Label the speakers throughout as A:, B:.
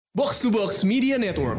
A: Box to Box Media Network.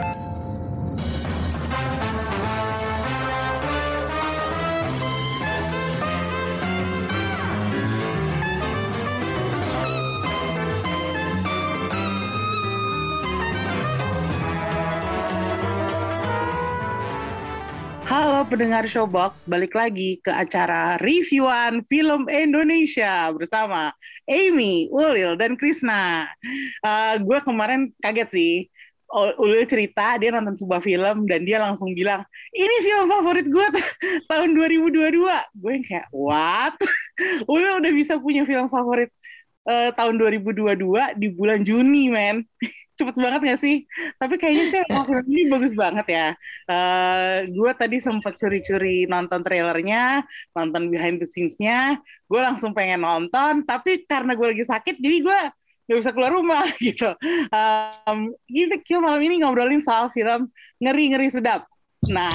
B: Halo pendengar Showbox, balik lagi ke acara reviewan film Indonesia bersama Amy, Ulil, dan Krisna. Gue kemarin kaget sih, Ulil cerita dia nonton sebuah film dan dia langsung bilang, ini film favorit gue tahun 2022. Gue yang kayak, what? Ulil udah bisa punya film favorit tahun 2022 di bulan Juni, men. Cepet banget gak sih? Tapi kayaknya sih emang film ini bagus banget ya. Gue tadi sempat curi-curi nonton trailernya, nonton behind the scenes-nya. Gue langsung pengen nonton, tapi karena gue lagi sakit, jadi gue gak bisa keluar rumah gitu. Kita malam ini ngobrolin soal film Ngeri-Ngeri Sedap. Nah,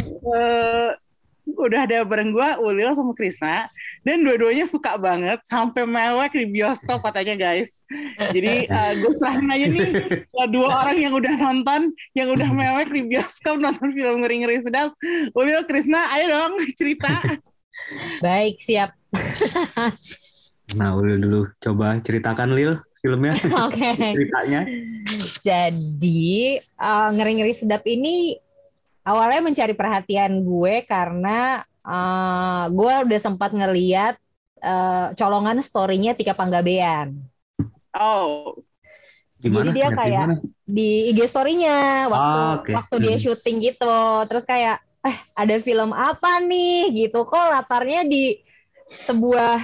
B: udah ada bareng gue, Ulil sama Krisna, dan dua-duanya suka banget, sampai mewek di bioskop katanya guys. Jadi gue serahin aja nih, dua orang yang udah nonton, yang udah mewek di bioskop nonton film Ngeri-Ngeri Sedap. Ulil, Krisna, ayo dong cerita.
C: Baik, siap.
D: Nah, Ulil dulu, coba ceritakan Lil filmnya.
C: Oke.
D: Ceritanya.
C: Jadi Ngeri-Ngeri Sedap ini awalnya mencari perhatian gue karena gue udah sempat ngeliat colongan story-nya Tika Panggabean.
B: Oh.
C: Jadi dia kayak di IG story-nya waktu dia syuting gitu. Terus kayak ada film apa nih gitu, kok latarnya di sebuah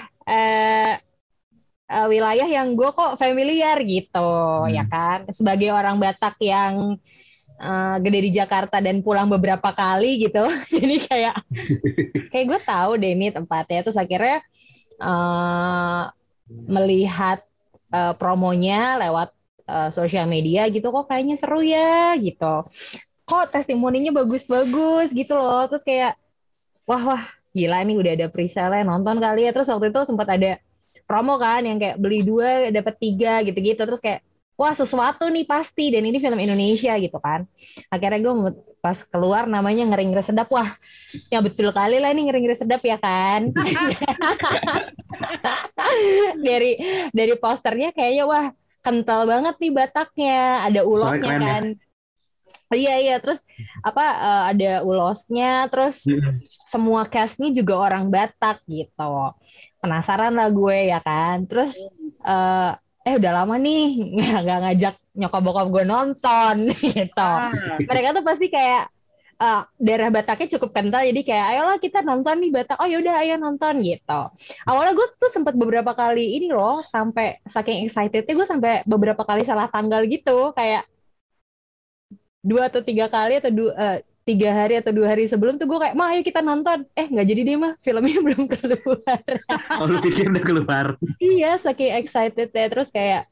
C: wilayah yang gue kok familiar gitu, ya kan? Sebagai orang Batak yang gede di Jakarta dan pulang beberapa kali gitu, jadi kayak gue tahu deh ini tempatnya. Terus akhirnya melihat promonya lewat sosial media gitu, kok kayaknya seru ya gitu, kok testimoninya bagus-bagus gitu loh. Terus kayak wah gila nih, udah ada presale, nonton kali ya. Terus waktu itu sempat ada promo kan yang kayak beli 2 dapat 3 gitu-gitu. Terus kayak wah sesuatu nih pasti, dan ini film Indonesia gitu kan. Akhirnya gue pas keluar namanya Ngeri-Ngeri Sedap, wah ya betul kali lah ini Ngeri-Ngeri Sedap ya kan. dari posternya kayaknya wah kental banget nih Bataknya, ada ulosnya kan. Ya? Iya, terus ada ulosnya, terus semua cast-nya juga orang Batak gitu. Penasaran lah gue ya kan. Terus udah lama nih nggak ngajak nyokap bokap gue nonton gitu. Mereka tuh pasti kayak daerah Bataknya cukup kental, jadi kayak ayolah kita nonton nih Batak. Oh yaudah ayo nonton gitu. Awalnya gue tuh sempat beberapa kali ini loh, sampai saking excitednya gue sampai beberapa kali salah tanggal gitu, kayak 2 atau 3 kali atau 3 hari atau 2 hari sebelum tuh gue kayak, ayo kita nonton. Nggak jadi deh filmnya belum keluar.
D: Oh, lu pikir udah keluar? Iya,
C: saking excited ya. Terus kayak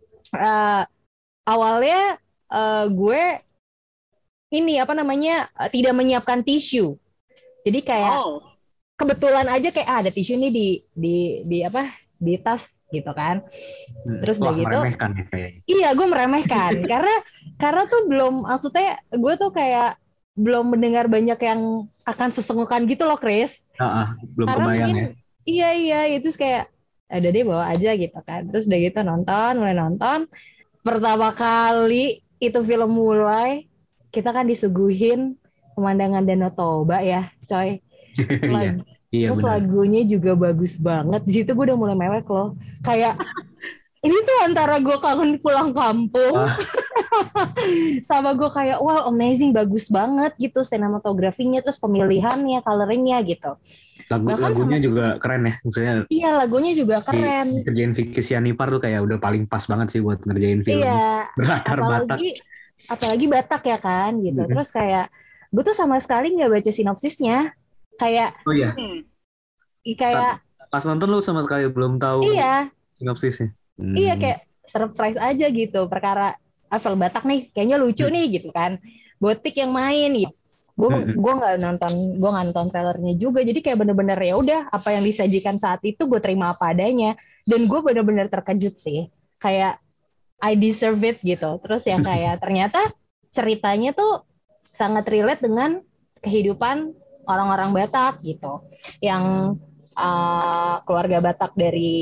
C: awalnya gue ini tidak menyiapkan tisu. Jadi kayak kebetulan aja kayak ada tisu nih di tas gitu kan. Terus udah gitu
D: meremehkan ya kayaknya.
C: Iya, gue meremehkan karena tuh belum, maksudnya gue tuh kayak belum mendengar banyak yang akan sesenggukan gitu loh, Chris.
D: Belum karena kebayang mungkin,
C: ya. Iya, itu kayak ada deh bawa aja gitu kan. Terus udah gitu mulai nonton. Pertama kali itu film mulai, kita kan disuguhin pemandangan Danau Toba ya, coy.
D: Iya,
C: terus bener. Lagunya juga bagus banget. Di situ gue udah mulai mewek loh. Kayak ini tuh antara gue kangen pulang kampung sama gue kayak wow amazing, bagus banget gitu sinematografinya, terus pemilihannya, coloringnya gitu.
D: Lagunya juga keren ya, maksudnya.
C: Iya, lagunya juga keren.
D: Kerjain Vicky Sianipar tuh kayak udah paling pas banget sih buat ngerjain film.
C: Iya,
D: berlatar Batak.
C: Apalagi Batak ya kan gitu. Terus kayak gue tuh sama sekali nggak baca sinopsisnya. Kayak kayak
D: pas nonton lu sama sekali belum tahu sinopsisnya.
C: Iya, kayak surprise aja gitu. Perkara film Batak nih kayaknya lucu nih gitu kan. Botik yang main gitu. Gue nggak nonton trailernya juga. Jadi kayak bener-bener ya udah apa yang disajikan saat itu gue terima apa adanya. Dan gue bener-bener terkejut sih. Kayak I deserve it gitu. Terus yang kayak ternyata ceritanya tuh sangat relate dengan kehidupan orang-orang Batak gitu. Yang keluarga Batak dari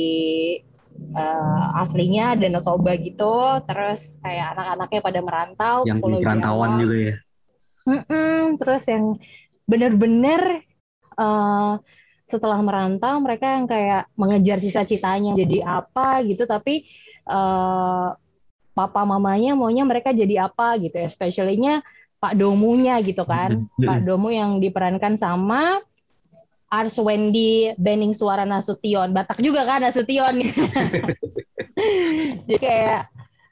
C: aslinya Danau Toba gitu. Terus kayak anak-anaknya pada merantau
D: Yang
C: ke Pulau
D: perantauan
C: Jawa.
D: juga ya.
C: Terus yang benar-benar setelah merantau mereka yang kayak mengejar cita-citanya jadi apa gitu, tapi papa mamanya maunya mereka jadi apa gitu, especially-nya Pak Domunya gitu kan. Pak Domu yang diperankan sama Arswendi Bening Suara Nasution, Batak juga kan Nasution. Jadi kayak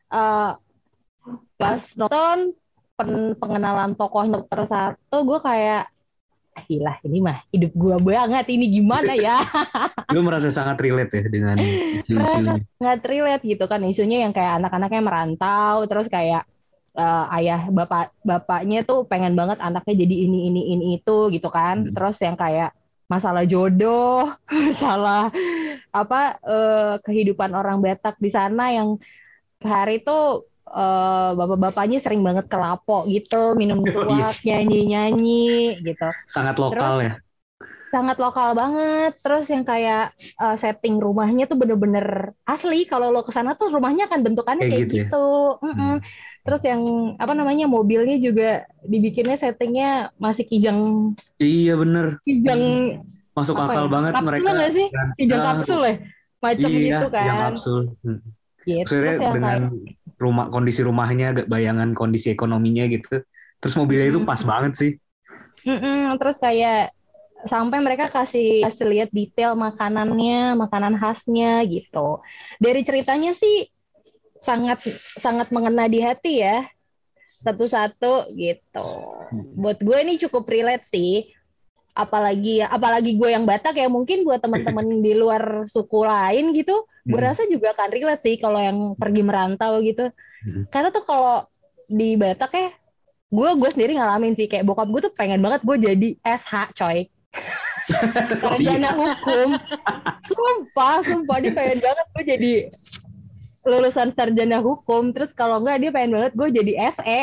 C: pas nonton pengenalan tokohnya persatu, gue kayak gila, ini mah hidup gue banget, ini gimana ya.
D: Lu merasa sangat relate ya dengan isu-isunya.
C: Sangat relate gitu kan, isunya yang kayak anak-anaknya merantau, terus kayak ayah bapaknya tuh pengen banget anaknya jadi ini itu gitu kan. Terus yang kayak masalah jodoh, masalah kehidupan orang Batak di sana yang hari itu bapak-bapaknya sering banget ke lapo gitu, minum tuak, nyanyi-nyanyi gitu.
D: Sangat lokal. Terus, ya.
C: Sangat lokal banget. Terus yang kayak setting rumahnya tuh bener-bener asli. Kalau lo kesana tuh rumahnya akan bentukannya kayak gitu. Ya? Terus yang mobilnya juga dibikinnya settingnya masih kijang.
D: Iya bener.
C: Kijang.
D: Masuk akal banget
C: kapsul
D: mereka.
C: Kapsul nggak sih? Kijang kapsul ya? Macam gitu kan.
D: Kijang kapsul.
C: Gitu.
D: Terus dengan kondisi rumahnya, bayangan kondisi ekonominya gitu. Terus mobilnya itu pas banget sih.
C: Terus kayak sampai mereka kasih lihat detail makanannya, makanan khasnya gitu. Dari ceritanya sih sangat sangat mengena di hati ya, satu-satu gitu. Buat gue ini cukup relate sih. Apalagi gue yang Batak ya, mungkin buat teman-teman di luar suku lain gitu, gue rasa juga akan relate sih kalau yang pergi merantau gitu. Karena tuh kalau di Batak ya, gue sendiri ngalamin sih, kayak bokap gue tuh pengen banget gue jadi SH coy. Sarjana hukum. Sumpah dia pengen banget gue jadi lulusan sarjana hukum. Terus kalau enggak dia pengen banget gue jadi SE.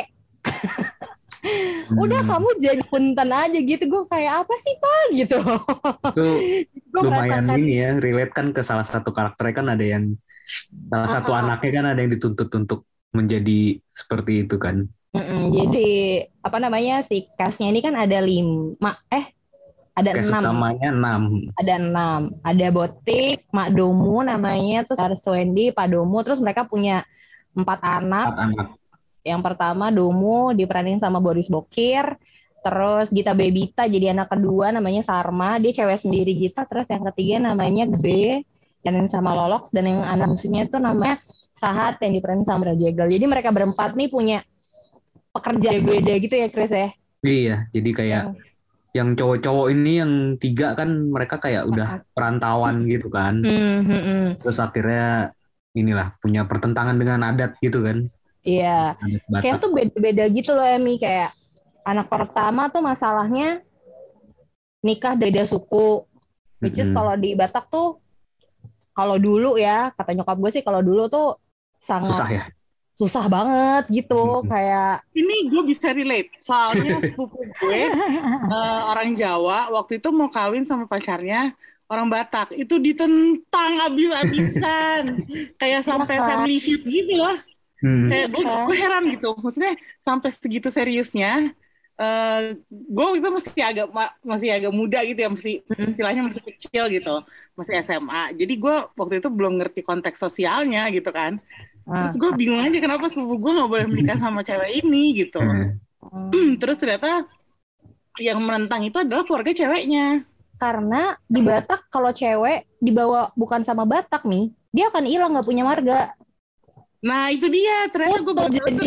C: Udah kamu jadi punten aja gitu. Gue kayak apa sih Pak gitu.
D: Itu lumayan ini ya, relate kan ke salah satu karakternya kan ada yang salah satu anaknya kan ada yang dituntut untuk menjadi seperti itu kan.
C: Jadi si cast-nya ini kan ada 5 ada 6.
D: Utamanya 6.
C: Ada 6. Ada Botik, Mak Domu namanya, terus Arswendi, Pak Domu, terus mereka punya 4 anak. Yang pertama Domu diperanin sama Boris Bokir, terus Gita Bebita jadi anak kedua namanya Sarma, dia cewek sendiri Gita, terus yang ketiga namanya Gbe, dan yang sama Lolox, dan yang anak musuhnya itu namanya Sahat yang diperanin sama Rajegel. Jadi mereka berempat nih punya pekerjaan beda gitu ya Chris ya.
D: Iya, jadi kayak yang cowok-cowok ini yang 3 kan mereka kayak udah perantauan gitu kan. Terus akhirnya inilah punya pertentangan dengan adat gitu kan.
C: Iya. Kayak tuh beda-beda gitu loh Emi. Kayak anak pertama tuh masalahnya nikah beda suku. Which is kalau di Batak tuh, kalau dulu ya, kata nyokap gue sih kalau dulu tuh sangat
D: susah ya.
C: Susah banget gitu, kayak
B: ini gue bisa relate soalnya sepupu gue orang Jawa waktu itu mau kawin sama pacarnya orang Batak, itu ditentang abis-abisan kayak sampai family feud gitu loh. Kayak gue heran gitu, maksudnya sampai segitu seriusnya. Gue itu masih agak muda gitu ya, istilahnya masih kecil gitu, masih SMA. Jadi gue waktu itu belum ngerti konteks sosialnya gitu kan. Terus gue bingung aja kenapa sepupu gue nggak boleh menikah sama cewek ini gitu. Terus ternyata yang menentang itu adalah keluarga ceweknya.
C: Karena di Batak kalau cewek dibawa bukan sama Batak nih, dia akan hilang, nggak punya marga.
B: Nah itu dia, ternyata gue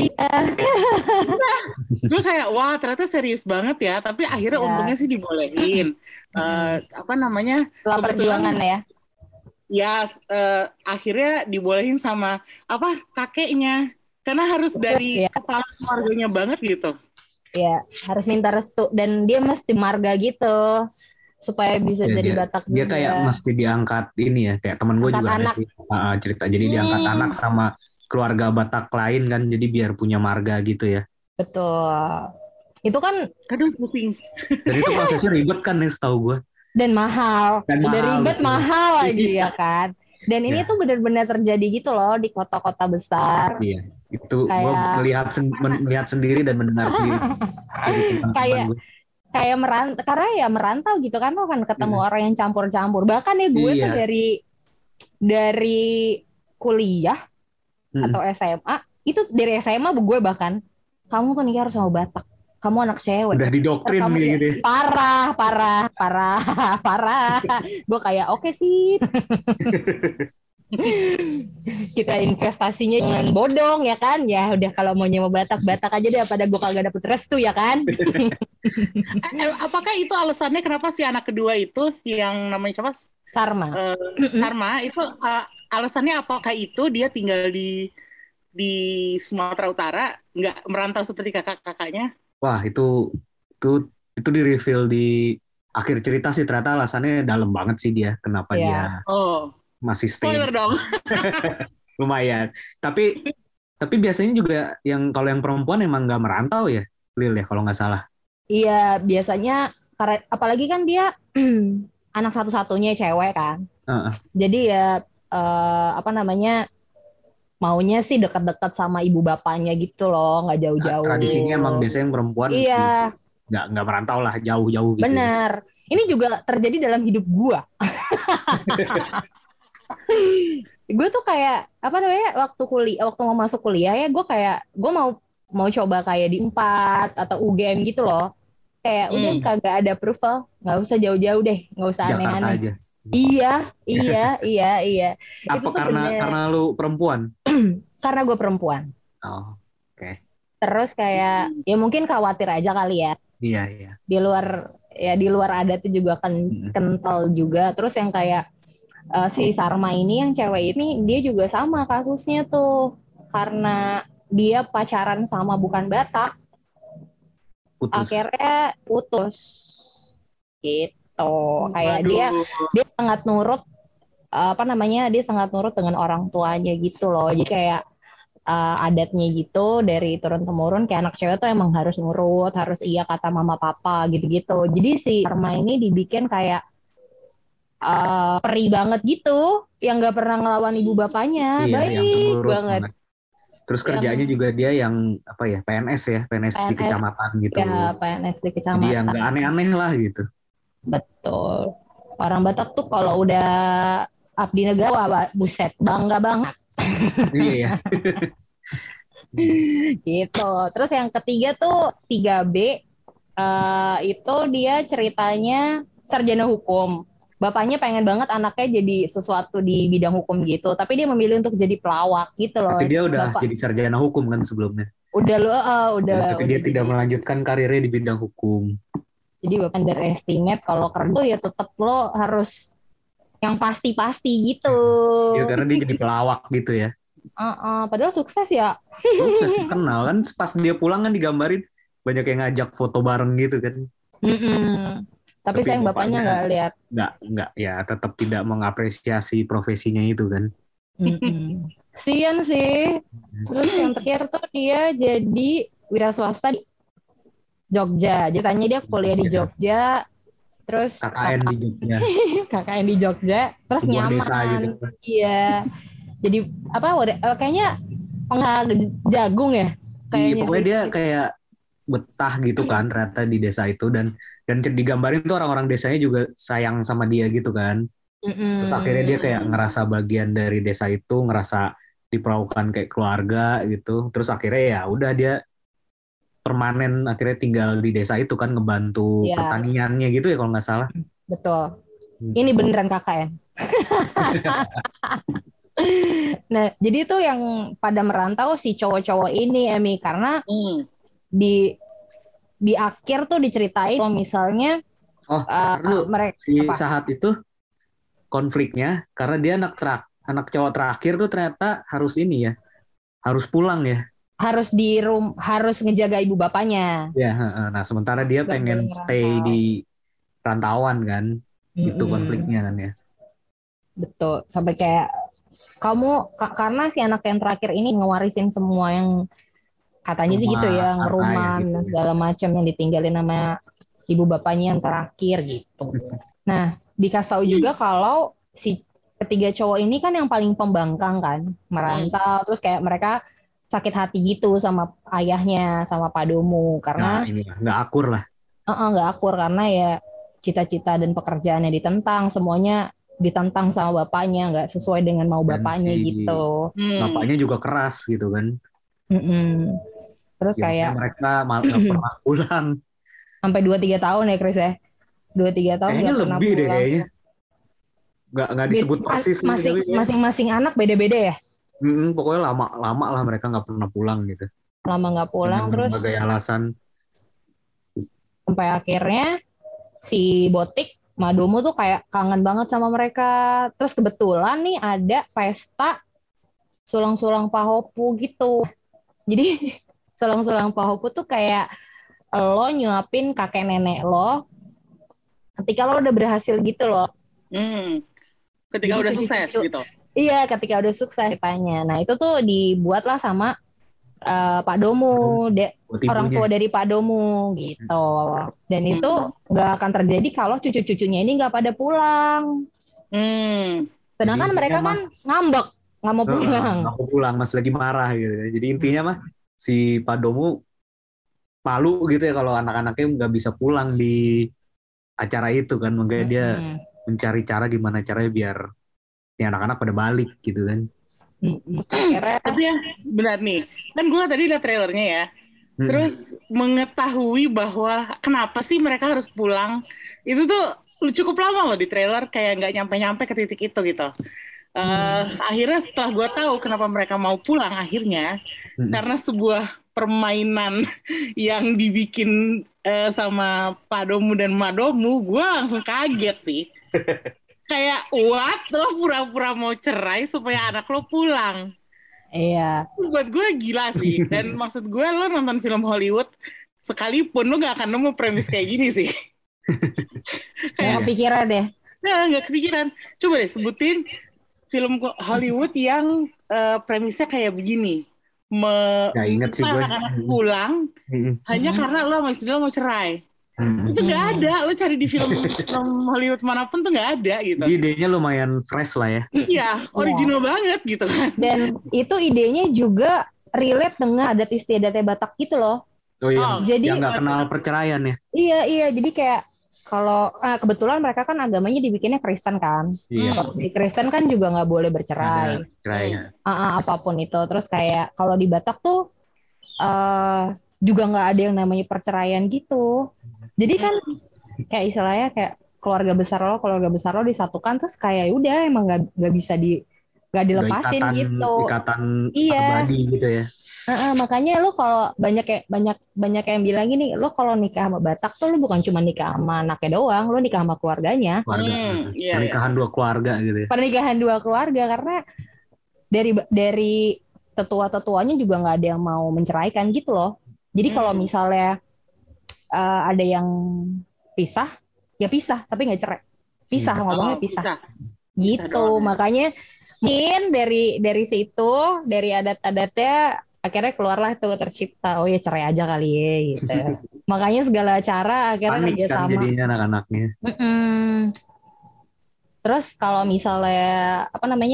B: gue kayak wah ternyata serius banget ya. Tapi akhirnya untungnya sih dibolehin. Setelah
C: perjuangan ya.
B: Ya akhirnya dibolehin sama kakeknya, karena harus dari kepala keluarganya banget gitu.
C: Ya harus minta restu dan dia mesti marga gitu supaya bisa jadi Batak
D: dia juga. Dia kayak mesti diangkat ini ya, kayak teman gue juga ada cerita. Jadi diangkat anak sama keluarga Batak lain kan, jadi biar punya marga gitu ya.
C: Betul. Itu kan,
B: aduh pusing.
D: Dan itu prosesnya ribet kan nih setahu gue.
C: Dan mahal. Udah ribet,
D: betul.
C: mahal lagi ya kan. Dan ini tuh benar-benar terjadi gitu loh di kota-kota besar.
D: Iya, itu
C: kayak...
D: gue melihat sendiri dan mendengar sendiri.
C: kayak merantau, karena ya merantau gitu kan, lo kan ketemu orang yang campur-campur. Bahkan ya gue tuh dari kuliah atau SMA, itu dari SMA gue bahkan, kamu tuh nikah harus sama Batak. Kamu anak cewek.
D: Udah didoktrin gitu.
C: Parah. Gue kayak oke sih. Kita investasinya jangan bodong ya kan. Ya udah kalau mau nyewa Batak aja deh, pada gue kagak dapet restu ya kan.
B: Apakah itu alasannya kenapa si anak kedua itu yang namanya siapa?
C: Sarma.
B: Sarma itu alasannya apakah itu dia tinggal di Sumatera Utara, nggak merantau seperti kakak-kakaknya?
D: Wah, itu di reveal di akhir cerita sih, ternyata alasannya dalam banget sih dia kenapa dia masih stay.
B: Spoiler dong.
D: Lumayan. Tapi biasanya juga kalau yang perempuan emang nggak merantau ya, Lil ya kalau nggak salah.
C: Iya, biasanya karena apalagi kan dia anak satu-satunya cewek kan. Jadi ya maunya sih dekat-dekat sama ibu bapaknya gitu loh, nggak jauh-jauh.
D: Tradisinya emang biasanya perempuan nggak merantau lah, jauh-jauh gitu.
C: Bener. Ini juga terjadi dalam hidup gua. Gue tuh kayak waktu mau masuk kuliah ya, gue mau coba kayak di 4 atau UGM gitu loh. Kayak udah kagak ada approval, nggak usah jauh-jauh deh, nggak usah
D: Jakarta
C: aneh-aneh.
D: Aja.
C: Iya.
D: Apa
C: itu
D: karena lu perempuan?
C: Karena gue perempuan.
D: Oh, oke.
C: Terus kayak ya mungkin khawatir aja kali ya.
D: Iya.
C: Di luar adatnya juga kental juga. Terus yang kayak si Sarma ini, yang cewek ini, dia juga sama kasusnya tuh, karena dia pacaran sama bukan Batak. Akhirnya putus. Gitu. Kayak dia sangat nurut dia sangat nurut dengan orang tuanya gitu loh. Jadi kayak adatnya gitu dari turun temurun, kayak anak cewek tuh emang harus nurut, harus iya kata mama papa gitu-gitu. Jadi si Sarma ini dibikin kayak peri banget gitu, yang nggak pernah ngelawan ibu bapaknya. Baik banget.
D: Terus kerjanya juga dia yang PNS di kecamatan gitu.
C: Ya, PNS di kecamatan.
D: Jadi yang nggak aneh-aneh lah gitu.
C: Betul. Orang Batak tuh kalau udah abdi negara, buset, bangga banget.
D: Iya.
C: Gitu. Terus yang ketiga tuh 3B, itu dia ceritanya sarjana hukum. Bapaknya pengen banget anaknya jadi sesuatu di bidang hukum gitu, tapi dia memilih untuk jadi pelawak gitu loh.
D: Tapi dia udah jadi sarjana hukum kan sebelumnya.
C: Udah.
D: Tapi dia tidak melanjutkan karirnya di bidang hukum.
C: Jadi bapak underestimate kalau kerja ya tetap lo harus yang pasti-pasti gitu.
D: Ya karena dia jadi pelawak gitu ya.
C: Padahal sukses ya.
D: Sukses, kenal kan, pas dia pulang kan digambarin banyak yang ngajak foto bareng gitu kan.
C: Tapi sayang bapaknya nggak lihat.
D: Nggak, ya tetap tidak mengapresiasi profesinya itu kan.
C: Sian sih. Terus yang terakhir tuh dia jadi wira swasta di Jogja. Jadi tanya dia kuliah di Jogja, terus
D: KKN di Jogja.
C: KKN di Jogja, terus
D: sebuah
C: nyaman.
D: Desa gitu.
C: Iya. Jadi kayaknya pengajar jagung ya.
D: Iya, pokoknya dia kayak betah gitu kan ternyata di desa itu, dan digambarin tuh orang-orang desanya juga sayang sama dia gitu kan. Terus akhirnya dia kayak ngerasa bagian dari desa itu, ngerasa diperlakukan kayak keluarga gitu. Terus akhirnya ya udah dia permanen akhirnya tinggal di desa itu kan, ngebantu pertaniannya gitu ya kalau nggak salah.
C: Betul. Ini beneran KKN. Nah, jadi itu yang pada merantau si cowok-cowok ini, Emi, karena di akhir tuh diceritain kalau misalnya
D: mereka si Sahat itu konfliknya karena dia anak cowok terakhir tuh ternyata harus harus pulang ya.
C: Harus harus ngejaga ibu bapaknya.
D: Ya, nah sementara dia pengen stay di rantauan kan. Itu konfliknya kan ya.
C: Betul, sampai kayak karena si anak yang terakhir ini ngewarisin semua yang katanya sih gitu ya, rumah
D: gitu.
C: dan segala macam yang ditinggalin sama ibu bapaknya yang terakhir gitu. Nah, dikasih tahu juga kalau si ketiga cowok ini kan yang paling pembangkang kan, merantau, terus kayak mereka sakit hati gitu sama ayahnya, sama Pak Domo karena
D: nggak akur lah.
C: Nggak akur karena ya cita-cita dan pekerjaannya ditentang, semuanya ditentang sama bapaknya, nggak sesuai dengan mau bapaknya gitu.
D: Bapaknya juga keras gitu kan.
C: Terus kayak
D: mereka malah nggak pernah pulang.
C: Sampai 2-3 tahun ya Chris ya. 2-3 tahun nggak pernah
D: lebih
C: pulang.
D: Deh kayaknya. Nggak disebut persis.
C: Masing-masing anak beda-beda ya.
D: Pokoknya lama lah mereka nggak pernah pulang gitu.
C: Lama nggak pulang terus.
D: Berbagai alasan.
C: Sampai akhirnya si Botik Madomo tuh kayak kangen banget sama mereka. Terus kebetulan nih ada pesta sulang-sulang Pahopu gitu. Jadi sulang-sulang Pahopu tuh kayak lo nyuapin kakek nenek lo ketika lo udah berhasil gitu loh.
B: Ketika udah sukses gitu.
C: Iya, ketika udah sukses tanya. Nah, itu tuh dibuatlah sama Pak Domo, orang tua dari Pak Domo gitu. Dan itu nggak akan terjadi kalau cucu-cucunya ini nggak pada pulang. Sedangkan jadi, mereka kan ngambek, nggak mau pulang.
D: Nggak mau pulang, masih lagi marah gitu. Jadi intinya mah si Pak Domo malu gitu ya kalau anak-anaknya nggak bisa pulang di acara itu kan, makanya dia mencari cara gimana caranya biar ya anak-anak pada balik gitu kan.
B: Tapi ya benar nih, kan gue tadi lihat trailernya ya, terus mengetahui bahwa kenapa sih mereka harus pulang, itu tuh cukup lama loh di trailer, kayak nggak nyampe-nyampe ke titik itu gitu. Akhirnya setelah gue tahu kenapa mereka mau pulang akhirnya, karena sebuah permainan yang dibikin sama Pak Domu dan Madomu, gue langsung kaget sih. Kayak what? Lo pura-pura mau cerai supaya anak lo pulang.
C: Iya.
B: Buat gue gila sih. Dan maksud gue lo nonton film Hollywood sekalipun lo gak akan nemu premis kayak gini sih.
C: Kayak kepikiran deh.
B: Nah, gak kepikiran. Coba deh sebutin film Hollywood yang premisnya kayak begini.
D: Ingat sih gue.
B: Anak pulang hanya karena lo sama istri lo mau cerai. Itu nggak ada, lo cari di film Hollywood manapun tuh nggak ada gitu.
D: Idenya lumayan fresh lah ya.
B: Iya, original banget gitu kan.
C: Dan itu idenya juga relate dengan adat istiadatnya Batak gitu loh.
D: Jadi yang nggak kenal perceraian ya.
C: Iya, jadi kayak kalau kebetulan mereka kan agamanya dibikinnya Kristen kan. Kalau di Kristen kan juga nggak boleh bercerai. Apapun itu. Terus kayak kalau di Batak tuh juga nggak ada yang namanya perceraian gitu. Jadi kan kayak istilahnya kayak keluarga besar lo disatukan, terus kayak udah emang nggak bisa nggak dilepasin gitu.
D: Ikatan abadi gitu ya.
C: Makanya lo kalau banyak yang bilang gini, lo kalau nikah sama Batak tuh lo bukan cuma nikah sama anaknya doang, lo nikah sama keluarganya.
D: Pernikahan dua keluarga gitu ya.
C: Pernikahan dua keluarga karena dari tetua-tetuanya juga nggak ada yang mau menceraikan gitu loh. Jadi kalau misalnya ada yang pisah, ya pisah, tapi nggak cerai. Pisah, ngomongnya pisah. Gitu, pisah makanya mungkin dari situ, dari adat-adatnya, akhirnya keluarlah itu tercipta, oh ya cerai aja kali ya, gitu. Makanya segala cara akhirnya kerjasama.
D: Panik kan jadinya anak-anaknya.
C: Terus kalau misalnya,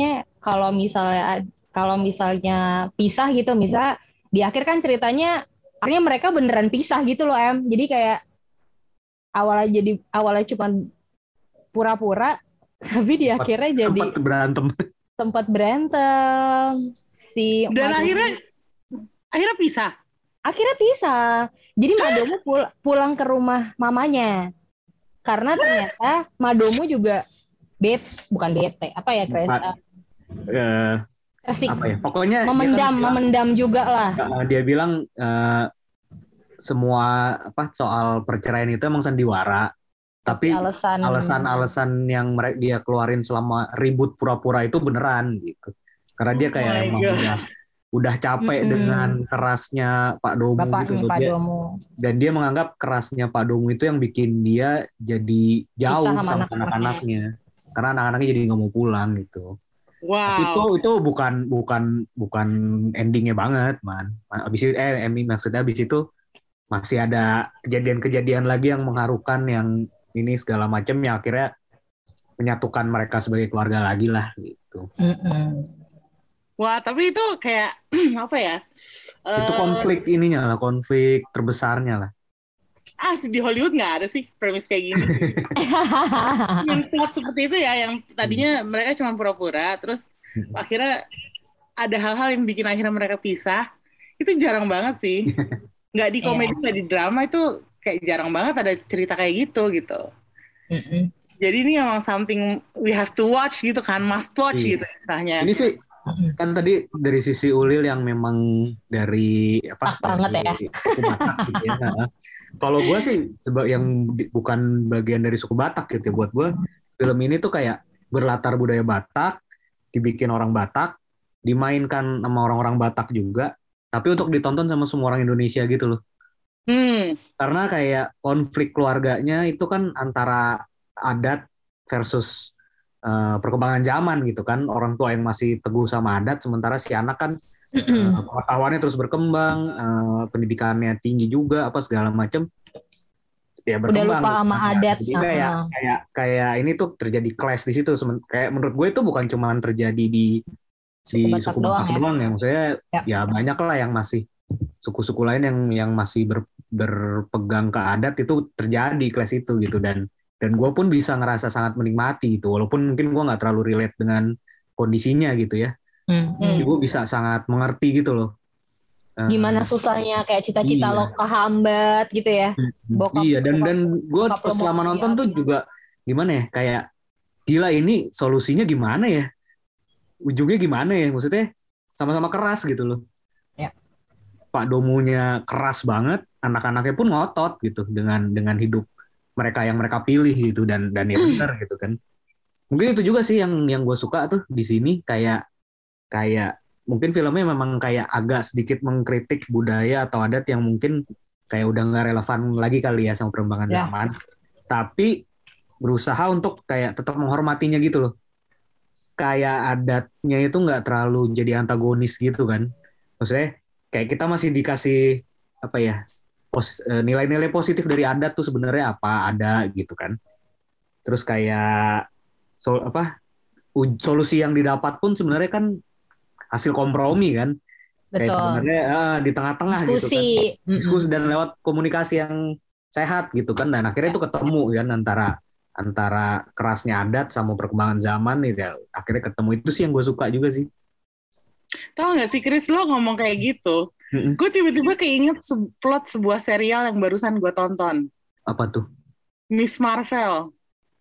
C: kalau misalnya pisah gitu, misalnya di akhir kan ceritanya, akhirnya mereka beneran pisah gitu loh Em. Jadi kayak awalnya cuma pura-pura, tapi di akhirnya jadi sempat berantem.
B: Dan akhirnya pisah.
C: Akhirnya pisah. Jadi Madomo pulang ke rumah mamanya. Karena ternyata Madomo juga bukan bete, apa ya Chris?
D: Apa ya? Pokoknya
C: memendam juga lah.
D: Dia bilang semua soal perceraian itu emang sandiwara, tapi alasan yang dia keluarin selama ribut pura-pura itu beneran gitu. Karena dia kayak emang udah capek dengan kerasnya Pak Domo gitu. Dan dia menganggap kerasnya Pak Domo itu yang bikin dia jadi jauh sama anak-anaknya. Karena anak-anaknya jadi nggak mau pulang gitu.
B: Wow.
D: Itu bukan endingnya banget, man. Maksudnya abis itu masih ada kejadian-kejadian lagi yang mengharukan, yang ini segala macam, yang akhirnya menyatukan mereka sebagai keluarga lagi lah gitu.
B: Wah, tapi itu kayak apa ya?
D: Itu konflik ininya lah, konflik terbesarnya lah.
B: Di Hollywood nggak ada sih premis kayak gini. Yang plot seperti itu ya, yang tadinya mereka cuma pura-pura, terus akhirnya ada hal-hal yang bikin akhirnya mereka pisah. Itu jarang banget sih. Nggak di komedi, nggak di drama, itu kayak jarang banget ada cerita kayak gitu. Jadi ini emang something we have to watch gitu kan, must watch gitu istilahnya.
D: Ini sih kan tadi dari sisi Ulil yang memang dari
C: banget ya.
D: Suku Batak gitu ya. Kalau gue sih yang bukan bagian dari suku Batak gitu ya, buat gue film ini tuh kayak berlatar budaya Batak, dibikin orang Batak, dimainkan sama orang-orang Batak juga, tapi untuk ditonton sama semua orang Indonesia gitu loh. Karena kayak konflik keluarganya itu kan antara adat versus perkembangan zaman gitu kan. Orang tua yang masih teguh sama adat, sementara si anak kan pengetahuannya terus berkembang, pendidikannya tinggi juga, apa segala macam. Ya berkembang.
C: Udah lupa sama adat.
D: Jadi kayak ini tuh terjadi clash di situ. Kayak menurut gue itu bukan cuma terjadi di suku Batak doang ya. Maksudnya ya banyak lah yang masih suku-suku lain yang masih berpegang ke adat, itu terjadi clash itu gitu. Dan gue pun bisa ngerasa sangat menikmati itu, walaupun mungkin gue nggak terlalu relate dengan kondisinya gitu ya. Jadi gue bisa sangat mengerti gitu loh.
C: Gimana susahnya kayak cita-cita lo kehambat gitu ya.
D: Dan gue selama nonton tuh juga gimana ya, kayak gila ini solusinya gimana ya, ujungnya gimana ya, maksudnya sama-sama keras gitu loh. Pak Domunya keras banget, anak-anaknya pun ngotot gitu dengan hidup mereka yang mereka pilih gitu, dan ya benar gitu kan. Mungkin itu juga sih yang gue suka tuh di sini, kayak mungkin filmnya memang kayak agak sedikit mengkritik budaya atau adat yang mungkin kayak udah nggak relevan lagi kali ya sama perkembangan zaman, tapi berusaha untuk kayak tetap menghormatinya gitu loh. Kayak adatnya itu nggak terlalu jadi antagonis gitu kan. Maksudnya kayak kita masih dikasih apa ya, nilai-nilai positif dari adat tuh sebenarnya apa ada gitu kan. Terus kayak solusi yang didapat pun sebenarnya kan hasil kompromi kan.
C: Betul.
D: Kayak sebenarnya di tengah-tengah gitu kan. Diskusi dan lewat komunikasi yang sehat gitu kan, dan akhirnya itu ketemu kan antara kerasnya adat sama perkembangan zaman gitu ya. Akhirnya ketemu, itu sih yang gue suka juga sih.
B: Tahu nggak sih Chris, lo ngomong kayak gitu, gue tiba-tiba keinget plot sebuah serial yang barusan gue tonton.
D: Apa tuh?
B: Miss Marvel.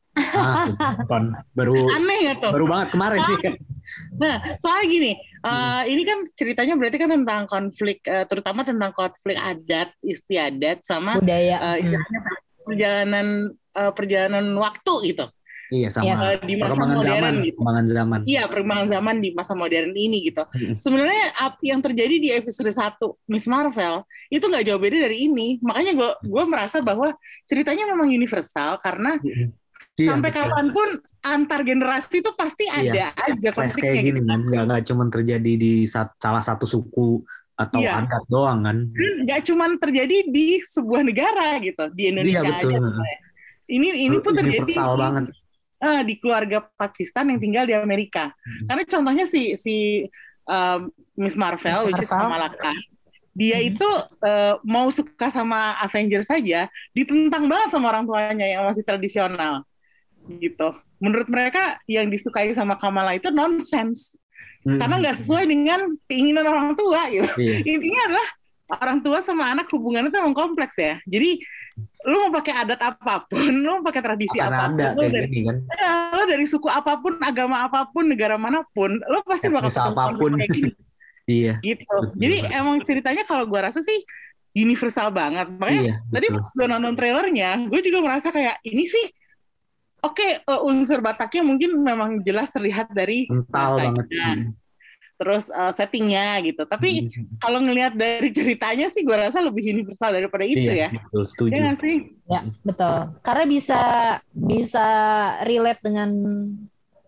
D: Baru
B: aneh ya tuh?
D: Baru banget kemarin sih.
B: Nah, soalnya gini, ini kan ceritanya berarti kan tentang konflik, terutama tentang konflik adat, istiadat sama
C: budaya,
B: istilahnya perjalanan waktu gitu.
D: Iya, sama
B: di masa modern gitu.
D: Perkembangan zaman.
B: Iya, perkembangan zaman di masa modern ini gitu. Sebenarnya yang terjadi di episode 1 Miss Marvel itu nggak jauh beda dari ini. Makanya gue merasa bahwa ceritanya memang universal, karena sampai kapanpun antar generasi itu pasti ada aja konfliknya
D: kayak gini kan. Nggak cuma terjadi di salah satu suku atau adat doang kan.
B: Nggak cuma terjadi di sebuah negara gitu, di Indonesia aja. Ini pun terjadi banget di keluarga Pakistan yang tinggal di Amerika. Karena contohnya si Miss Marvel, which is Kamala Khan, dia itu mau suka sama Avengers saja ditentang banget sama orang tuanya yang masih tradisional gitu. Menurut mereka yang disukai sama Kamala itu nonsense, karena nggak sesuai dengan keinginan orang tua gitu. Intinya adalah orang tua sama anak hubungannya itu emang kompleks ya. Jadi lu mau pakai adat apapun, lu mau pakai tradisi apapun, lu dari suku apapun, agama apapun, negara manapun, lu pasti bakal
D: apapun kayak gini. Iya.
B: Gitu. Jadi emang ceritanya kalau gue rasa sih universal banget. Makanya tadi pas gue nonton trailernya, gue juga merasa kayak ini sih unsur Bataknya mungkin memang jelas terlihat dari bahasanya, terus settingnya gitu. Tapi kalau ngelihat dari ceritanya sih, gue rasa lebih universal daripada itu ya.
D: Betul, setuju.
B: Ya sih?
C: Ya, betul. Karena bisa relate dengan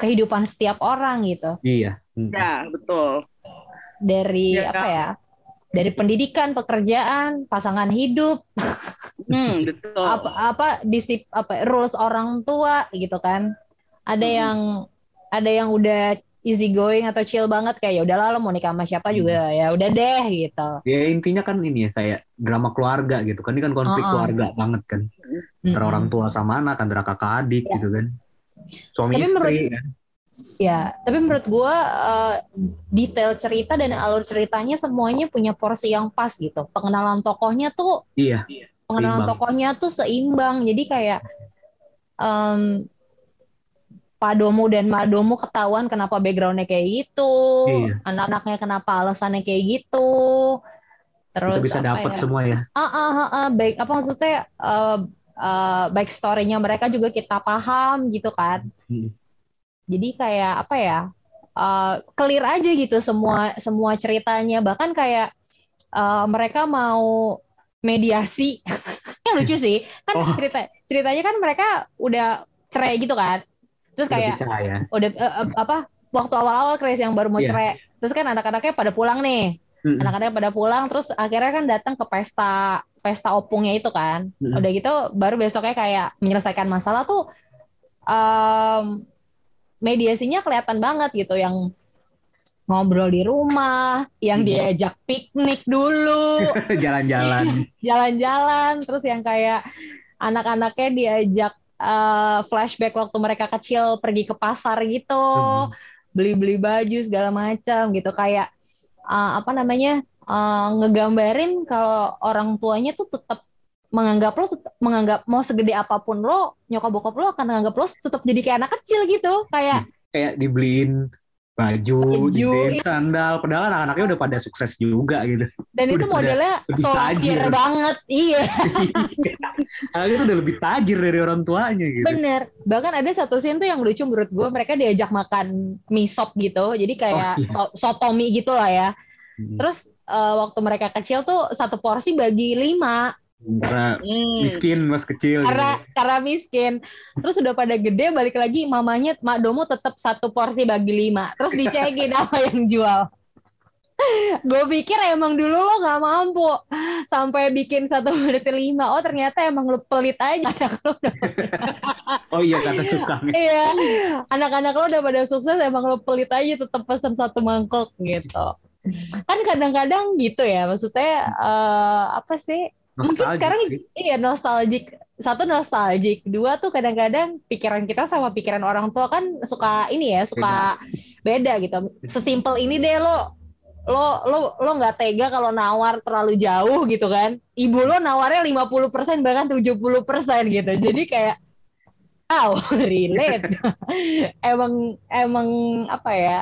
C: kehidupan setiap orang gitu.
D: Iya.
B: Ya, betul.
C: Dari apa ya? Dari pendidikan, pekerjaan, pasangan hidup,
B: betul.
C: Rules orang tua gitu kan. Ada yang udah easy going atau chill banget kayak ya udahlah lo mau nikah sama siapa juga ya udah deh gitu.
D: Ya intinya kan ini ya kayak drama keluarga gitu kan, ini kan konflik keluarga banget kan. Antara orang tua sama anak, antara kakak adik gitu kan. Suami istri kan.
C: Ya, tapi menurut gue detail cerita dan alur ceritanya semuanya punya porsi yang pas gitu. Pengenalan tokohnya tuh, tokohnya tuh seimbang. Jadi kayak Pak Domo dan Mak Domo ketahuan kenapa backgroundnya kayak gitu, anak-anaknya kenapa alasannya kayak gitu. Terus
D: kita bisa dapat semua ya.
C: Baik apa maksudnya back story-nya mereka juga kita paham gitu kan. Jadi kayak apa ya, clear aja gitu semua ceritanya. Bahkan kayak mereka mau mediasi, yang lucu sih kan ceritanya kan mereka udah cerai gitu kan. Terus kayak udah waktu awal-awal Chris yang baru mau cerai. Terus kan anak-anaknya pada pulang nih, anak-anaknya pada pulang. Terus akhirnya kan datang ke pesta opungnya itu kan. Udah gitu baru besoknya kayak menyelesaikan masalah tuh. Mediasinya kelihatan banget gitu, yang ngobrol di rumah, yang diajak piknik dulu, jalan-jalan, terus yang kayak anak-anaknya diajak flashback waktu mereka kecil pergi ke pasar gitu, beli-beli baju segala macam gitu, kayak ngegambarin kalau orang tuanya tuh tetap menganggap mau segede apapun lo, nyokap bokap lo akan menganggap lo tetap jadi kayak anak kecil gitu, kayak
D: dibeliin baju, dibeliin sandal, padahal anak-anaknya udah pada sukses juga gitu.
C: Dan itu modelnya solasir banget, iya.
D: Anaknya tuh udah lebih tajir dari orang tuanya gitu.
C: Bener, bahkan ada satu scene tuh yang lucu menurut gue, mereka diajak makan mie sop gitu, jadi kayak sotomi gitu lah ya. Terus waktu mereka kecil tuh satu porsi bagi 5.
D: Karena miskin mas kecil
C: karena miskin. Terus udah pada gede balik lagi, mamanya Mak Domo tetap satu porsi bagi 5. Terus dicekin apa yang jual. Gue pikir emang dulu lo nggak mampu sampai bikin 1/5. Oh ternyata emang lo pelit aja.
D: Oh iya kata tukang.
C: Iya, anak-anak lo udah pada sukses, emang lo pelit aja tetap pesan 1 mangkok gitu. Kan kadang-kadang gitu ya, maksudnya apa sih? Mungkin sekarang nostalgic. 1 nostalgic, 2 tuh kadang-kadang pikiran kita sama pikiran orang tua kan suka beda gitu. Sesimpel ini deh, lo nggak tega kalau nawar terlalu jauh gitu kan. Ibu lo nawarnya 50% bahkan 70% gitu. Jadi kayak relate. emang apa ya?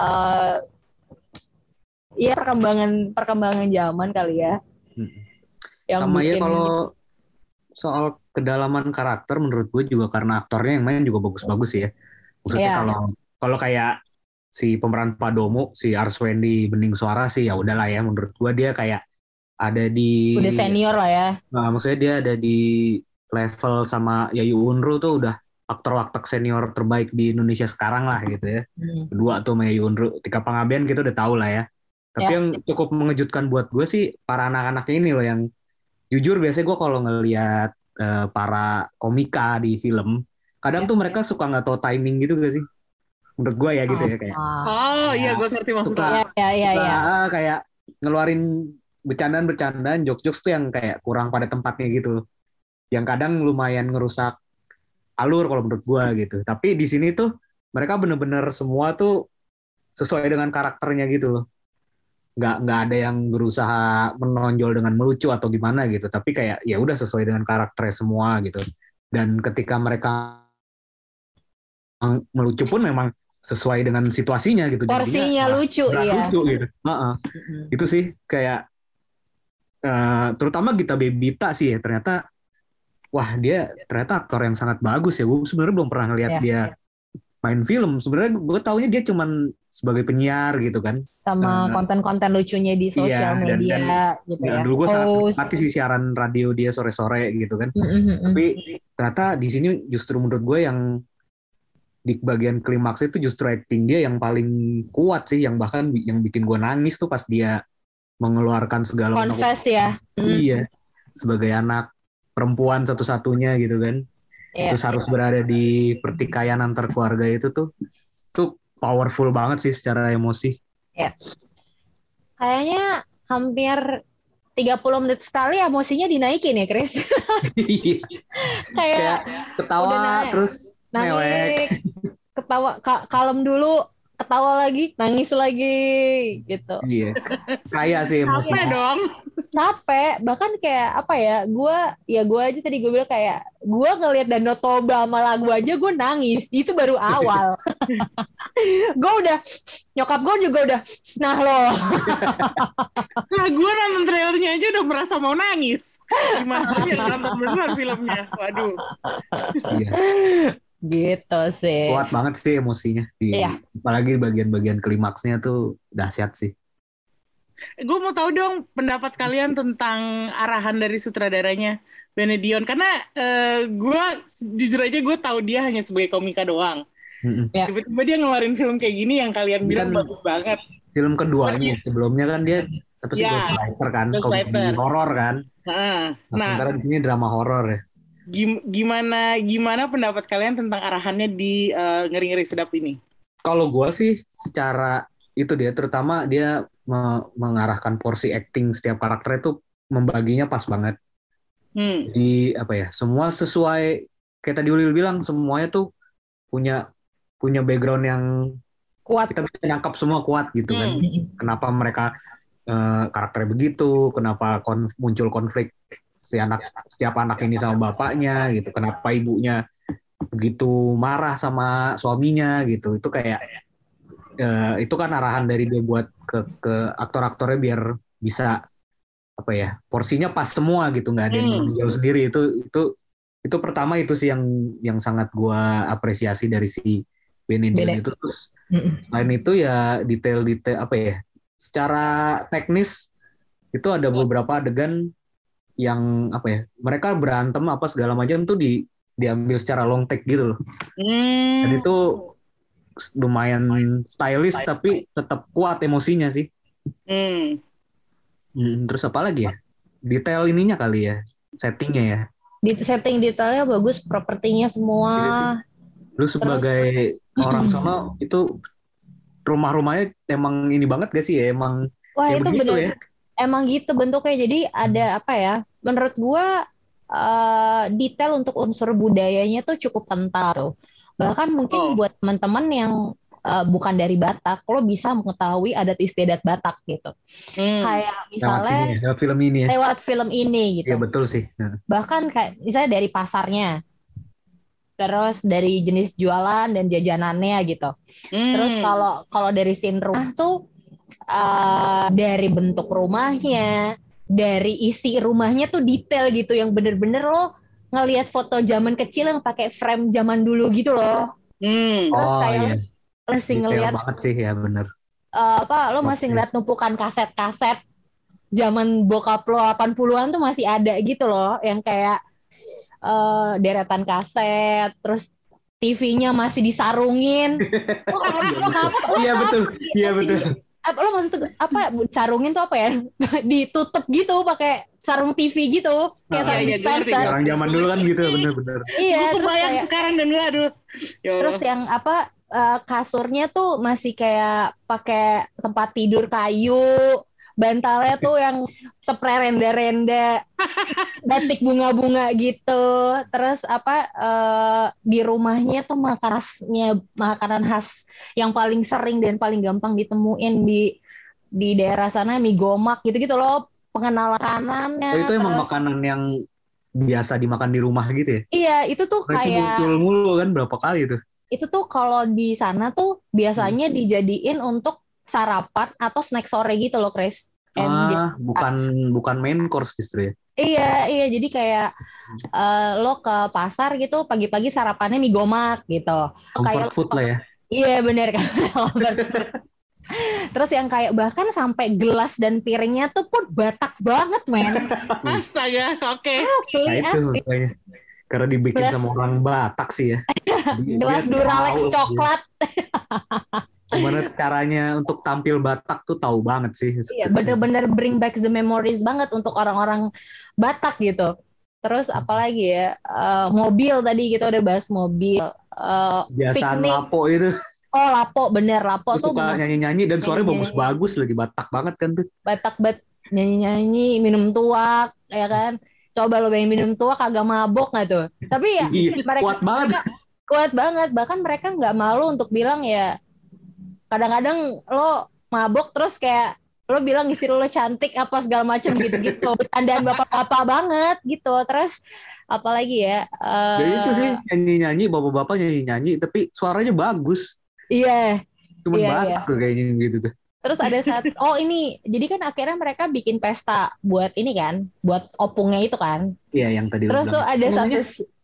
C: Iya perkembangan zaman kali ya.
D: Sama ya kalau soal kedalaman karakter menurut gue juga karena aktornya yang main juga bagus-bagus ya. Maksudnya kalau kayak si pemeran Pak Domo, si Arswendi Bening Suara sih ya udahlah ya, menurut gue dia kayak ada di
C: udah senior lah ya.
D: Nah, maksudnya dia ada di level sama Yayu Unru tuh udah aktor senior terbaik di Indonesia sekarang lah gitu ya. Kedua tuh sama Yayu Unru, Tika Panggabean gitu udah tahu lah ya. Tapi yang cukup mengejutkan buat gue sih para anak-anak ini loh, yang jujur biasanya gue kalau ngelihat para komika di film, kadang tuh mereka suka nggak tahu timing gitu gak sih? Menurut gue ya gitu ya kayak.
B: Iya gue ngerti maksudnya.
C: Iya.
D: Kayak ngeluarin bercandaan, jokes-jokes tuh yang kayak kurang pada tempatnya gitu. Yang kadang lumayan ngerusak alur kalau menurut gue gitu. Tapi di sini tuh mereka bener-bener semua tuh sesuai dengan karakternya gitu loh. Nggak ada yang berusaha menonjol dengan melucu atau gimana gitu, tapi kayak ya udah sesuai dengan karakternya semua gitu. Dan ketika mereka melucu pun memang sesuai dengan situasinya gitu.
C: Porsinya lucu
D: gitu. Itu sih kayak terutama Gita Bebita sih ya, ternyata dia ternyata aktor yang sangat bagus ya. Gue sebenarnya belum pernah ngeliat dia main film. Sebenarnya gue taunya dia cuman sebagai penyiar gitu kan,
C: sama konten-konten lucunya di sosial media gitu ya.
D: Dulu gue sangat menikmati sih siaran radio dia sore-sore gitu kan. Tapi ternyata di sini justru menurut gue yang di bagian klimaks itu justru acting dia yang paling kuat sih, yang bahkan yang bikin gue nangis tuh pas dia mengeluarkan segala
C: confess ya.
D: Iya, sebagai anak perempuan satu-satunya gitu kan. Terus harus berada di pertikaian antar keluarga itu tuh powerful banget sih secara emosi.
C: Ya. Kayaknya hampir 30 menit sekali emosinya dinaikin ya, Chris. Kayak
D: ketawa terus mewek.
C: Ketawa kalem dulu, ketawa lagi, nangis lagi gitu.
D: Iya. Kayak sih emosinya.
B: Capek dong.
C: Capek, bahkan kayak apa ya? Gue aja tadi gue bilang kayak gue ngelihat Danau Toba sama lagu aja gue nangis. Itu baru awal. Gue udah, nyokap gue juga udah, nah loh.
B: Nah, gue nonton trailernya aja udah merasa mau nangis. Gimana lagi yang nonton beneran filmnya? Waduh.
D: Iya.
C: Gitu sih.
D: Kuat banget sih emosinya. Apalagi bagian-bagian klimaksnya tuh dahsyat sih.
B: Gue mau tahu dong pendapat kalian tentang arahan dari sutradaranya Benedion. Karena gue jujur aja gue tahu dia hanya sebagai komika doang. Tiba-tiba dia ngeluarin film kayak gini yang kalian bilang bagus banget.
D: Film keduanya, sebelumnya kan dia Ghostwriter kan, komedi horor kan. Sementara di sini drama horor ya.
B: Gimana pendapat kalian tentang arahannya di Ngeri-Ngeri Sedap ini?
D: Kalau gue sih secara itu dia, terutama dia mengarahkan porsi acting setiap karakter itu membaginya pas banget. Di apa ya, semua sesuai kayak tadi Ulil bilang, semuanya tuh punya background yang kuat. Kita bisa nangkap semua kuat gitu kan. Kenapa mereka karakternya begitu, kenapa muncul konflik setiap anak ini sama bapaknya gitu, kenapa ibunya begitu marah sama suaminya gitu. Itu kayak itu kan arahan dari dia buat ke aktor-aktornya biar bisa apa ya, porsinya pas semua gitu, nggak ada yang jauh sendiri. Itu pertama itu sih yang sangat gua apresiasi dari si Benedion itu. Terus selain itu ya detail-detail apa ya, secara teknis itu ada beberapa adegan yang apa ya, mereka berantem apa segala macam tuh diambil secara long take gitu loh. Dan itu lumayan stylish tapi tetap kuat emosinya sih. Terus apa lagi ya? Detail ininya kali ya, settingnya ya.
C: Setting detailnya bagus, propertinya semua.
D: Lu sebagai orang sono itu rumah-rumahnya emang ini banget gak sih ya? Emang
C: wah itu bener ya? Emang gitu bentuknya. Jadi ada apa ya? Menurut gua detail untuk unsur budayanya tuh cukup kental tuh. Bahkan mungkin buat teman-teman yang bukan dari Batak, lo bisa mengetahui adat istiadat Batak gitu. Kayak misalnya
D: lewat film ini ya.
C: Lewat film ini gitu.
D: Iya betul sih.
C: Bahkan kayak misalnya dari pasarnya. Terus dari jenis jualan dan jajanannya gitu. Terus kalau dari scene rumah tuh dari bentuk rumahnya, dari isi rumahnya tuh detail gitu, yang bener-bener lo ngelihat foto zaman kecil yang pakai frame zaman dulu gitu loh. Terus kayak masih ngelihat
D: banget sih ya, bener.
C: Lo masih ngeliat numpukan kaset-kaset zaman bokap lo 80-an tuh masih ada gitu loh, yang kayak deretan kaset, terus TV-nya masih disarungin.
D: Iya betul. Iya betul.
C: Lo maksud apa? Sarungin tuh apa ya? Ditutup gitu pakai sarung TV gitu, kayak sarung dispenser.
D: Orang zaman dulu kan gitu, bener-bener.
C: Iya.
B: Terus kayak sekarang dan aduh.
C: Terus yang apa? Kasurnya tuh masih kayak pakai tempat tidur kayu. Bantalnya tuh yang spray renda-renda, batik bunga-bunga gitu. Terus apa di rumahnya tuh makanan khas yang paling sering dan paling gampang ditemuin di daerah sana, mie gomak gitu-gitu loh, pengenalan makanannya.
D: Itu emang makanan yang biasa dimakan di rumah gitu ya?
C: Iya, itu tuh kayak
D: muncul mulu kan berapa kali tuh.
C: Itu tuh kalau di sana tuh biasanya dijadiin untuk sarapan atau snack sore gitu loh, Chris.
D: Bukan main course justru ya.
C: Iya, jadi kayak lo ke pasar gitu pagi-pagi sarapannya mie gomak gitu.
D: Comfort
C: kayak
D: food lah ya.
C: Iya benar kan. Terus yang kayak bahkan sampai gelas dan piringnya tuh pun Batak banget, men.
B: Astaga, oke.
C: Asli.
D: Karena dibikin sama orang Batak sih ya.
C: gelas Duralex coklat.
D: Gimana caranya untuk tampil Batak tuh tahu banget sih.
C: Iya, bener-bener bring back the memories banget untuk orang-orang Batak gitu. Terus apalagi ya, mobil tadi kita udah bahas mobil.
D: Biasaan
C: piknik.
D: Lapo itu.
C: Oh Lapo, bener Lapo tuh
D: suka nyanyi-nyanyi dan suaranya bagus-bagus lagi, Batak banget kan tuh.
C: Batak banget, nyanyi-nyanyi, minum tuak, ya kan. Coba lo bayangin minum tuak kagak mabok nggak tuh? Tapi ya
D: kuat banget.
C: Kuat banget, bahkan mereka nggak malu untuk bilang ya. Kadang-kadang lo mabok terus kayak lo bilang istri lo cantik apa segala macam gitu-gitu. Tandaan bapak-bapak banget gitu. Terus apalagi ya?
D: Ya itu sih nyanyi-nyanyi, bapak-bapak nyanyi-nyanyi, tapi suaranya bagus.
C: Iya.
D: Cuma Batak tuh kayaknya gitu tuh.
C: Terus ada ini, jadi kan akhirnya mereka bikin pesta buat ini kan, buat opungnya itu kan.
D: Iya, yang tadi.
C: Terus tuh ada satu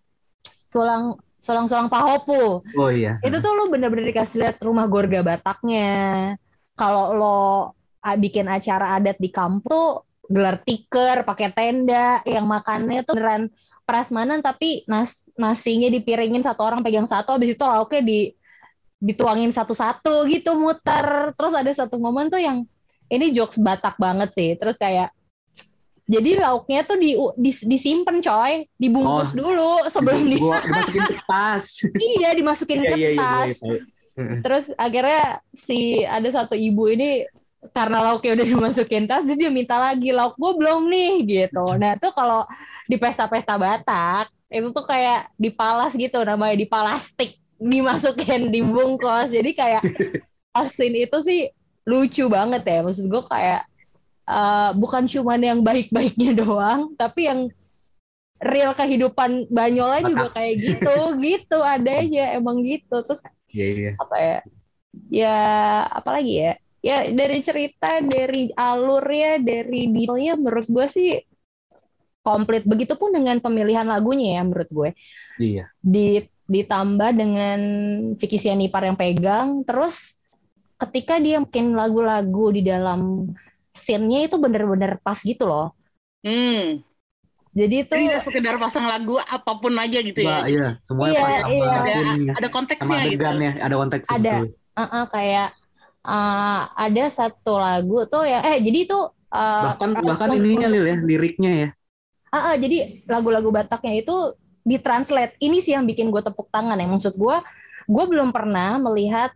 C: Solang Pahopu.
D: Oh iya.
C: Itu tuh lo bener-bener dikasih lihat rumah Gorga Bataknya. Kalau lo bikin acara adat di kampung, gelar tikar, pakai tenda, yang makannya tuh beneran prasmanan, tapi nasinya dipiringin satu orang pegang satu, habis itu lauknya dituangin satu-satu gitu muter. Terus ada satu momen tuh yang ini jokes Batak banget sih. Terus kayak jadi lauknya tuh disimpan coy, dibungkus dulu sebelum
D: dimasukin ke tas.
C: Iya, dimasukin ke tas. Terus akhirnya ada satu ibu ini karena lauknya udah dimasukin tas, jadi dia minta lagi, lauk gue belum nih gitu. Nah tuh kalau di pesta-pesta Batak itu tuh kayak dipalas gitu, namanya dipalastik, dimasukin, dibungkus. Jadi kayak asin itu sih lucu banget ya. Maksud gue kayak bukan cuma yang baik-baiknya doang, tapi yang real kehidupan Banyola juga kayak gitu adanya emang gitu. Terus apa ya? Ya apalagi ya? Ya dari cerita, dari alurnya, dari detailnya menurut gue sih komplit. Begitupun dengan pemilihan lagunya ya menurut gue.
D: Iya.
C: Ditambah dengan Vicky Sianipar yang pegang, terus ketika dia bikin lagu-lagu di dalam scene-nya itu bener-bener pas gitu loh. Jadi itu
B: tidak sekedar pasang lagu apapun aja gitu ya.
D: Iya, semuanya pas sama
B: ada konteksnya gitu.
D: Ada konteksnya.
C: Ada kayak ada satu lagu tuh ya jadi itu
D: bahkan ininya Lil ya, liriknya ya.
C: Jadi lagu-lagu Bataknya itu ditranslate. Ini sih yang bikin gue tepuk tangan ya. Maksud gue belum pernah melihat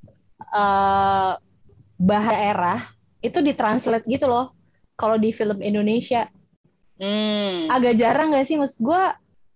C: bahasa daerah itu ditranslate gitu loh kalau di film Indonesia. Agak jarang gak sih? Maksud gue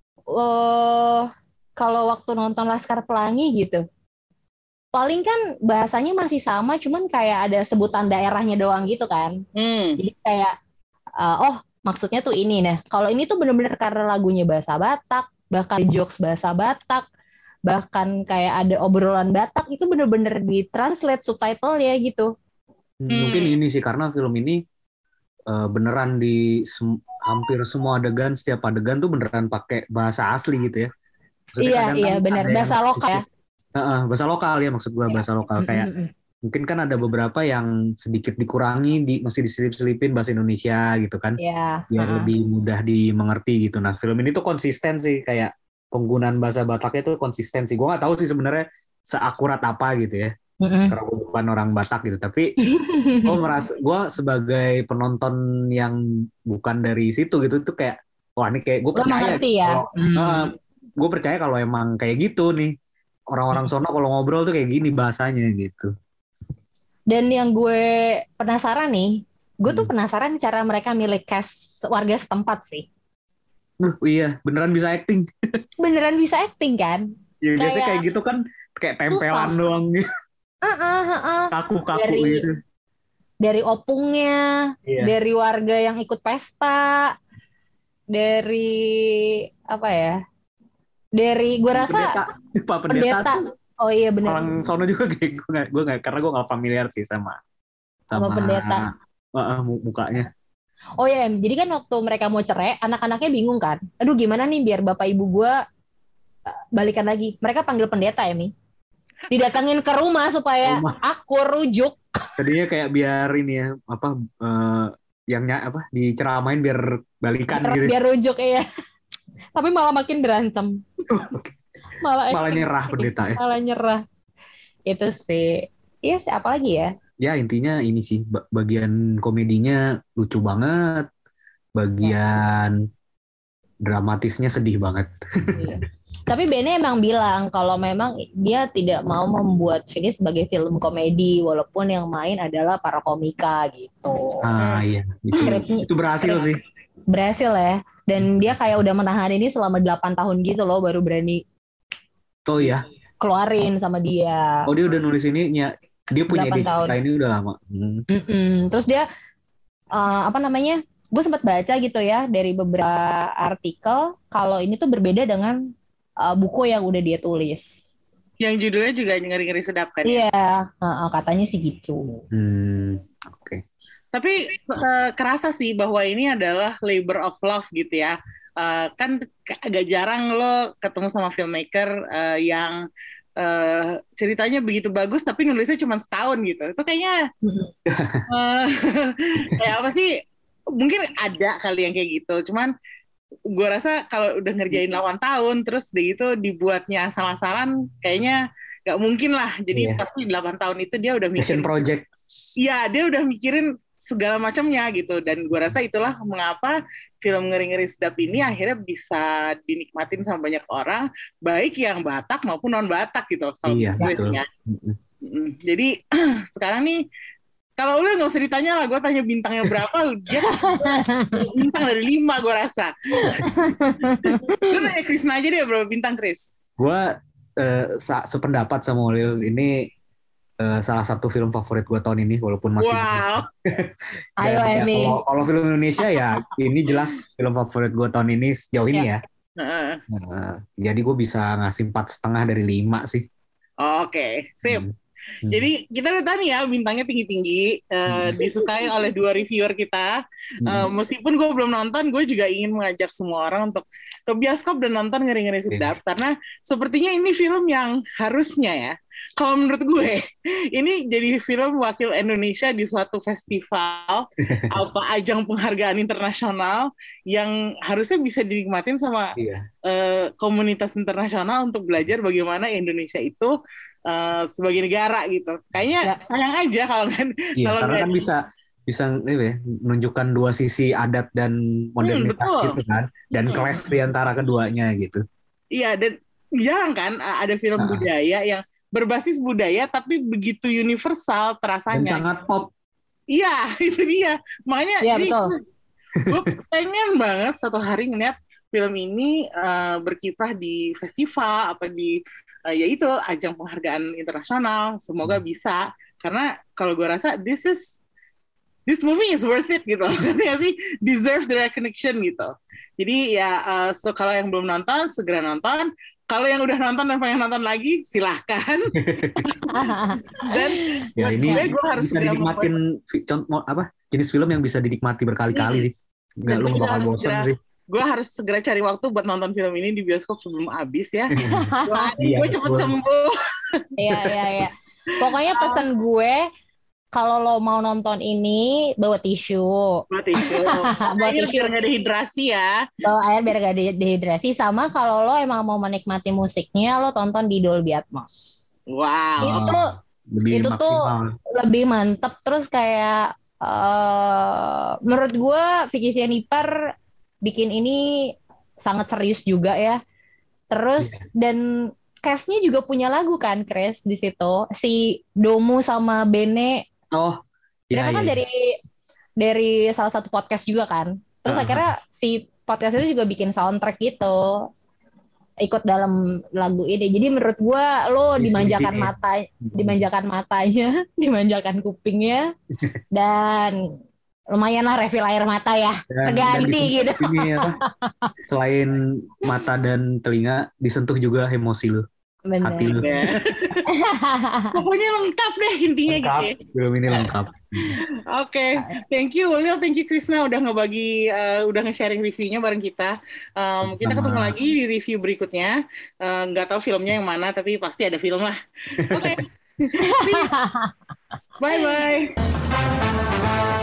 C: kalau waktu nonton Laskar Pelangi gitu, paling kan bahasanya masih sama, cuman kayak ada sebutan daerahnya doang gitu kan. Jadi kayak maksudnya tuh ini. Nah kalau ini tuh bener-bener karena lagunya bahasa Batak, bahkan jokes bahasa Batak, bahkan kayak ada obrolan Batak, itu bener-bener ditranslate subtitle ya gitu.
D: Mungkin ini sih karena film ini beneran di hampir semua adegan, setiap adegan tuh beneran pakai bahasa asli gitu ya.
C: Maksudnya iya benar, bahasa lokal ya.
D: Bahasa lokal ya, maksud gue bahasa lokal. Kayak mungkin kan ada beberapa yang sedikit dikurangi, masih diselip-selipin bahasa Indonesia gitu kan, biar lebih mudah dimengerti gitu. Nah film ini tuh konsisten sih, kayak penggunaan bahasa Bataknya tuh konsisten sih. Gue nggak tahu sih sebenarnya seakurat apa gitu ya, karena gue bukan orang Batak gitu. Tapi gue sebagai penonton yang bukan dari situ gitu tuh kayak, wah ini kayak gue percaya. Gue percaya kalau emang kayak gitu nih, orang-orang sono kalau ngobrol tuh kayak gini bahasanya gitu.
C: Dan yang gue penasaran nih, gue tuh penasaran cara mereka milih cast warga setempat sih.
D: Iya, beneran bisa acting.
C: Beneran bisa acting kan?
D: Ya biasanya kayak gitu kan, kayak tempelan doang gitu. Kaku-kaku gitu.
C: Dari opungnya, dari warga yang ikut pesta, dari apa ya? Dari gue rasa pendeta. Oh iya benar.
D: Orang sono juga kayak gue nggak, karena gue nggak familiar sih sama
C: pendeta.
D: Mukanya.
C: Oh ya, jadi kan waktu mereka mau cerai, anak-anaknya bingung kan. Aduh gimana nih biar bapak ibu gue balikan lagi. Mereka panggil pendeta ya, Mi. Didatangin ke rumah supaya aku rujuk.
D: Tadinya kayak biar ini ya, diceramain biar balikan gitu.
C: Biar rujuk ya. Tapi malah makin berantem.
D: malah nyerah pendeta ya.
C: Malah nyerah. Itu sih. Iya sih, apa lagi ya?
D: Ya intinya ini sih, bagian komedinya lucu banget, bagian dramatisnya sedih banget.
C: Iya. Tapi Bene emang bilang kalau memang dia tidak mau membuat ini sebagai film komedi, walaupun yang main adalah para komika gitu.
D: Iya, itu berhasil sih.
C: Berhasil ya. Dan dia kayak udah menahan ini selama 8 tahun gitu loh, baru berani.
D: Oh iya.
C: Keluarin sama dia.
D: Oh dia udah nulis ini, dia punya ide cerita ini udah lama.
C: Terus dia gue sempat baca gitu ya dari beberapa artikel kalau ini tuh berbeda dengan buku yang udah dia tulis.
B: Yang judulnya juga ngeri-ngeri sedap kan?
C: Iya, katanya sih gitu.
D: Oke.
B: Tapi kerasa sih bahwa ini adalah labor of love gitu ya. Kan agak jarang lo ketemu sama filmmaker yang ceritanya begitu bagus tapi nulisnya cuma setahun gitu. Itu kayaknya kayak apa sih? Mungkin ada kali yang kayak gitu. Cuman gue rasa kalau udah ngerjain 8 tahun terus gitu dibuatnya asal-asalan kayaknya nggak mungkin lah. Jadi pasti 8 tahun itu dia udah mikirin
D: project.
B: Iya, dia udah mikirin segala macamnya gitu. Dan gue rasa itulah mengapa film Ngeri-Ngeri Sedap ini akhirnya bisa dinikmatin sama banyak orang, baik yang Batak maupun non-Batak gitu.
D: Iya, betul.
B: Ya. Jadi sekarang nih, kalau lu nggak usah ditanya lah, gue tanya bintangnya berapa, dia bintang dari 5 gue rasa. Lu nanya Krisna aja deh, berapa bintang, Kris?
D: Gue sependapat sama Ulil, ini salah satu film favorit gue tahun ini, walaupun masih
C: Ayo Emi.
D: Kalau film Indonesia ya ini jelas film favorit gue tahun ini sejauh ini ya. Jadi gue bisa ngasih 4,5 dari 5 sih.
B: Oke, sip. Jadi kita udah tahu nih ya bintangnya tinggi-tinggi, disukai oleh 2 reviewer kita. Meskipun gue belum nonton, gue juga ingin mengajak semua orang untuk ke bioskop dan nonton Ngeri-Ngeri Sedap, karena sepertinya ini film yang harusnya ya, kalau menurut gue, ini jadi film wakil Indonesia di suatu festival, ajang penghargaan internasional yang harusnya bisa dinikmatin sama komunitas internasional untuk belajar bagaimana Indonesia itu sebagai negara gitu. Kayaknya sayang aja kalau kan.
D: Karena kan bisa menunjukkan 2 sisi adat dan modernitas gitu kan, dan clash di antara keduanya gitu. Iya, dan
B: jarang kan ada film budaya yang berbasis budaya tapi begitu universal terasanya.
D: Dan sangat pop.
B: Iya, itu dia. Makanya gue pengen banget satu hari ngeliat film ini berkiprah di festival ya itu ajang penghargaan internasional. Semoga bisa, karena kalau gue rasa this movie is worth it gitu. Ya sih, deserve the recognition gitu. Jadi ya kalau yang belum nonton segera nonton. Kalau yang udah nonton dan pengen nonton lagi, silahkan. Dan
D: ini gue harus bisa dinikmatin jenis film yang bisa dinikmati berkali-kali sih. Lu gak bakal bosan sih.
B: Gue harus segera cari waktu buat nonton film ini di bioskop sebelum habis ya. Gue cepet sembuh.
C: Iya. Pokoknya pesan gue, kalau lo mau nonton ini, bawa tisu.
B: Bawa tisu biar nggak dehidrasi ya.
C: Bawa air biar nggak dehidrasi. Sama kalau lo emang mau menikmati musiknya, lo tonton di Dolby Atmos.
B: Wow.
C: Itu tuh lebih mantep. Terus kayak menurut gue Vicky Sianipar bikin ini sangat serius juga ya. Terus dan cast-nya juga punya lagu kan, Chris, di situ. Si Domu sama Bene. Mereka kan dari salah satu podcast juga kan. Terus akhirnya si podcast itu juga bikin soundtrack gitu, ikut dalam lagu ini. Jadi menurut gue lo dimanjakan matanya, dimanjakan kupingnya, dan lumayan lah refill air mata ya, terganti gitu.
D: Selain mata dan telinga, disentuh juga emosi lo.
C: Bener.
D: Hati lu.
B: Pokoknya lengkap deh intinya gitu ya.
D: Film ini lengkap.
B: Oke. Thank you Ulil, thank you Krisna udah ngebagi, udah nge-sharing reviewnya bareng kita. Kita ketemu lagi di review berikutnya. Nggak tahu filmnya yang mana, tapi pasti ada film lah. Oke. Bye-bye.